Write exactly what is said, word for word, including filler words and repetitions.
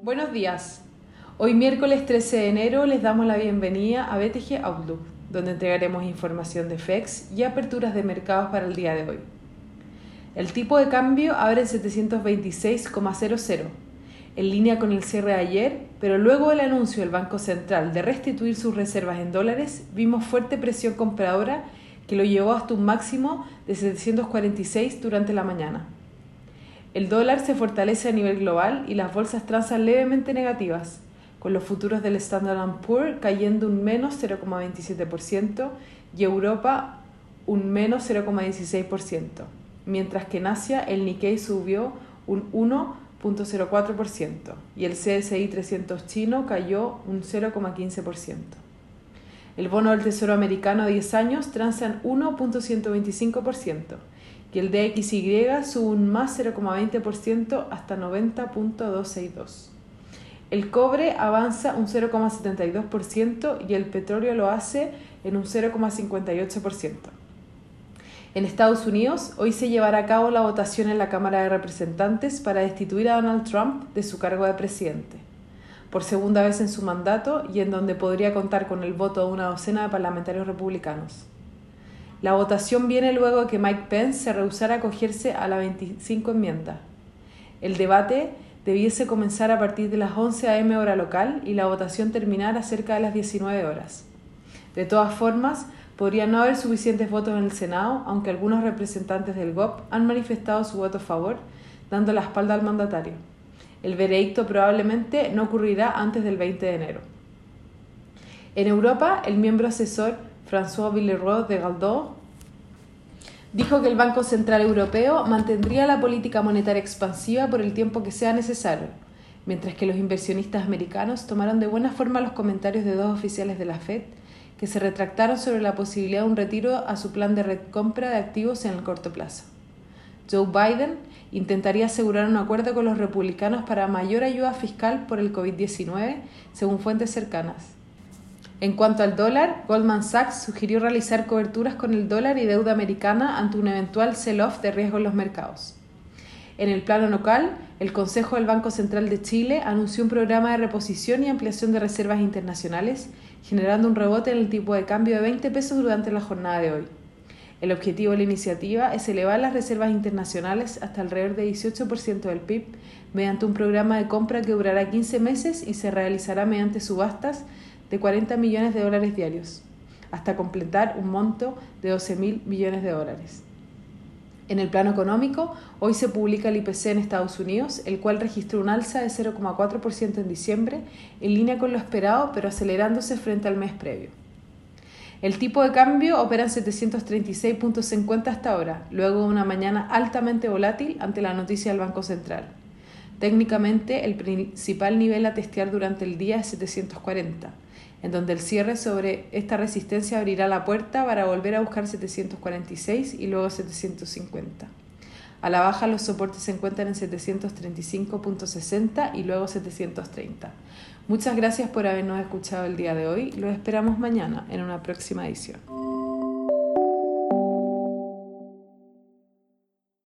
Buenos días. Hoy miércoles trece de enero les damos la bienvenida a B T G Outlook, donde entregaremos información de F E X y aperturas de mercados para el día de hoy. El tipo de cambio abre en setecientos veintiséis coma cero cero, en línea con el cierre de ayer, pero luego del anuncio del Banco Central de restituir sus reservas en dólares, vimos fuerte presión compradora que lo llevó hasta un máximo de setecientos cuarenta y seis durante la mañana. El dólar se fortalece a nivel global y las bolsas transan levemente negativas, con los futuros del Standard and Poor's cayendo un menos cero coma veintisiete por ciento y Europa un menos cero coma dieciséis por ciento, mientras que en Asia el Nikkei subió un uno coma cero cuatro por ciento y el C S I trescientos chino cayó un cero coma quince por ciento. El bono del Tesoro americano a diez años transa en uno coma ciento veinticinco por ciento y el D X Y sube un más cero coma veinte por ciento hasta noventa coma doscientos sesenta y dos. El cobre avanza un cero coma setenta y dos por ciento y el petróleo lo hace en un cero coma cincuenta y ocho por ciento. En Estados Unidos, hoy se llevará a cabo la votación en la Cámara de Representantes para destituir a Donald Trump de su cargo de presidente, por segunda vez en su mandato y en donde podría contar con el voto de una docena de parlamentarios republicanos. La votación viene luego de que Mike Pence se rehusara a acogerse a la veinticinco enmienda. El debate debiese comenzar a partir de las once a eme hora local y la votación terminar a cerca de las diecinueve horas. De todas formas, podría no haber suficientes votos en el Senado, aunque algunos representantes del G O P han manifestado su voto a favor, dando la espalda al mandatario. El veredicto probablemente no ocurrirá antes del veinte de enero. En Europa, el miembro asesor François Villeroy de Galdos dijo que el Banco Central Europeo mantendría la política monetaria expansiva por el tiempo que sea necesario, mientras que los inversionistas americanos tomaron de buena forma los comentarios de dos oficiales de la Fed que se retractaron sobre la posibilidad de un retiro a su plan de recompra de activos en el corto plazo. Joe Biden intentaría asegurar un acuerdo con los republicanos para mayor ayuda fiscal por el COVID diecinueve, según fuentes cercanas. En cuanto al dólar, Goldman Sachs sugirió realizar coberturas con el dólar y deuda americana ante un eventual sell-off de riesgo en los mercados. En el plano local, el Consejo del Banco Central de Chile anunció un programa de reposición y ampliación de reservas internacionales, generando un rebote en el tipo de cambio de veinte pesos durante la jornada de hoy. El objetivo de la iniciativa es elevar las reservas internacionales hasta alrededor de dieciocho por ciento del P I B mediante un programa de compra que durará quince meses y se realizará mediante subastas de cuarenta millones de dólares diarios, hasta completar un monto de doce mil millones de dólares. En el plano económico, hoy se publica el I P C en Estados Unidos, el cual registró un alza de cero coma cuatro por ciento en diciembre, en línea con lo esperado, pero acelerándose frente al mes previo. El tipo de cambio opera en setecientos treinta y seis punto cincuenta hasta ahora, luego de una mañana altamente volátil ante la noticia del Banco Central. Técnicamente, el principal nivel a testear durante el día es setecientos cuarenta, en donde el cierre sobre esta resistencia abrirá la puerta para volver a buscar setecientos cuarenta y seis y luego setecientos cincuenta. A la baja los soportes se encuentran en setecientos treinta y cinco punto sesenta y luego setecientos treinta. Muchas gracias por habernos escuchado el día de hoy. Los esperamos mañana en una próxima edición.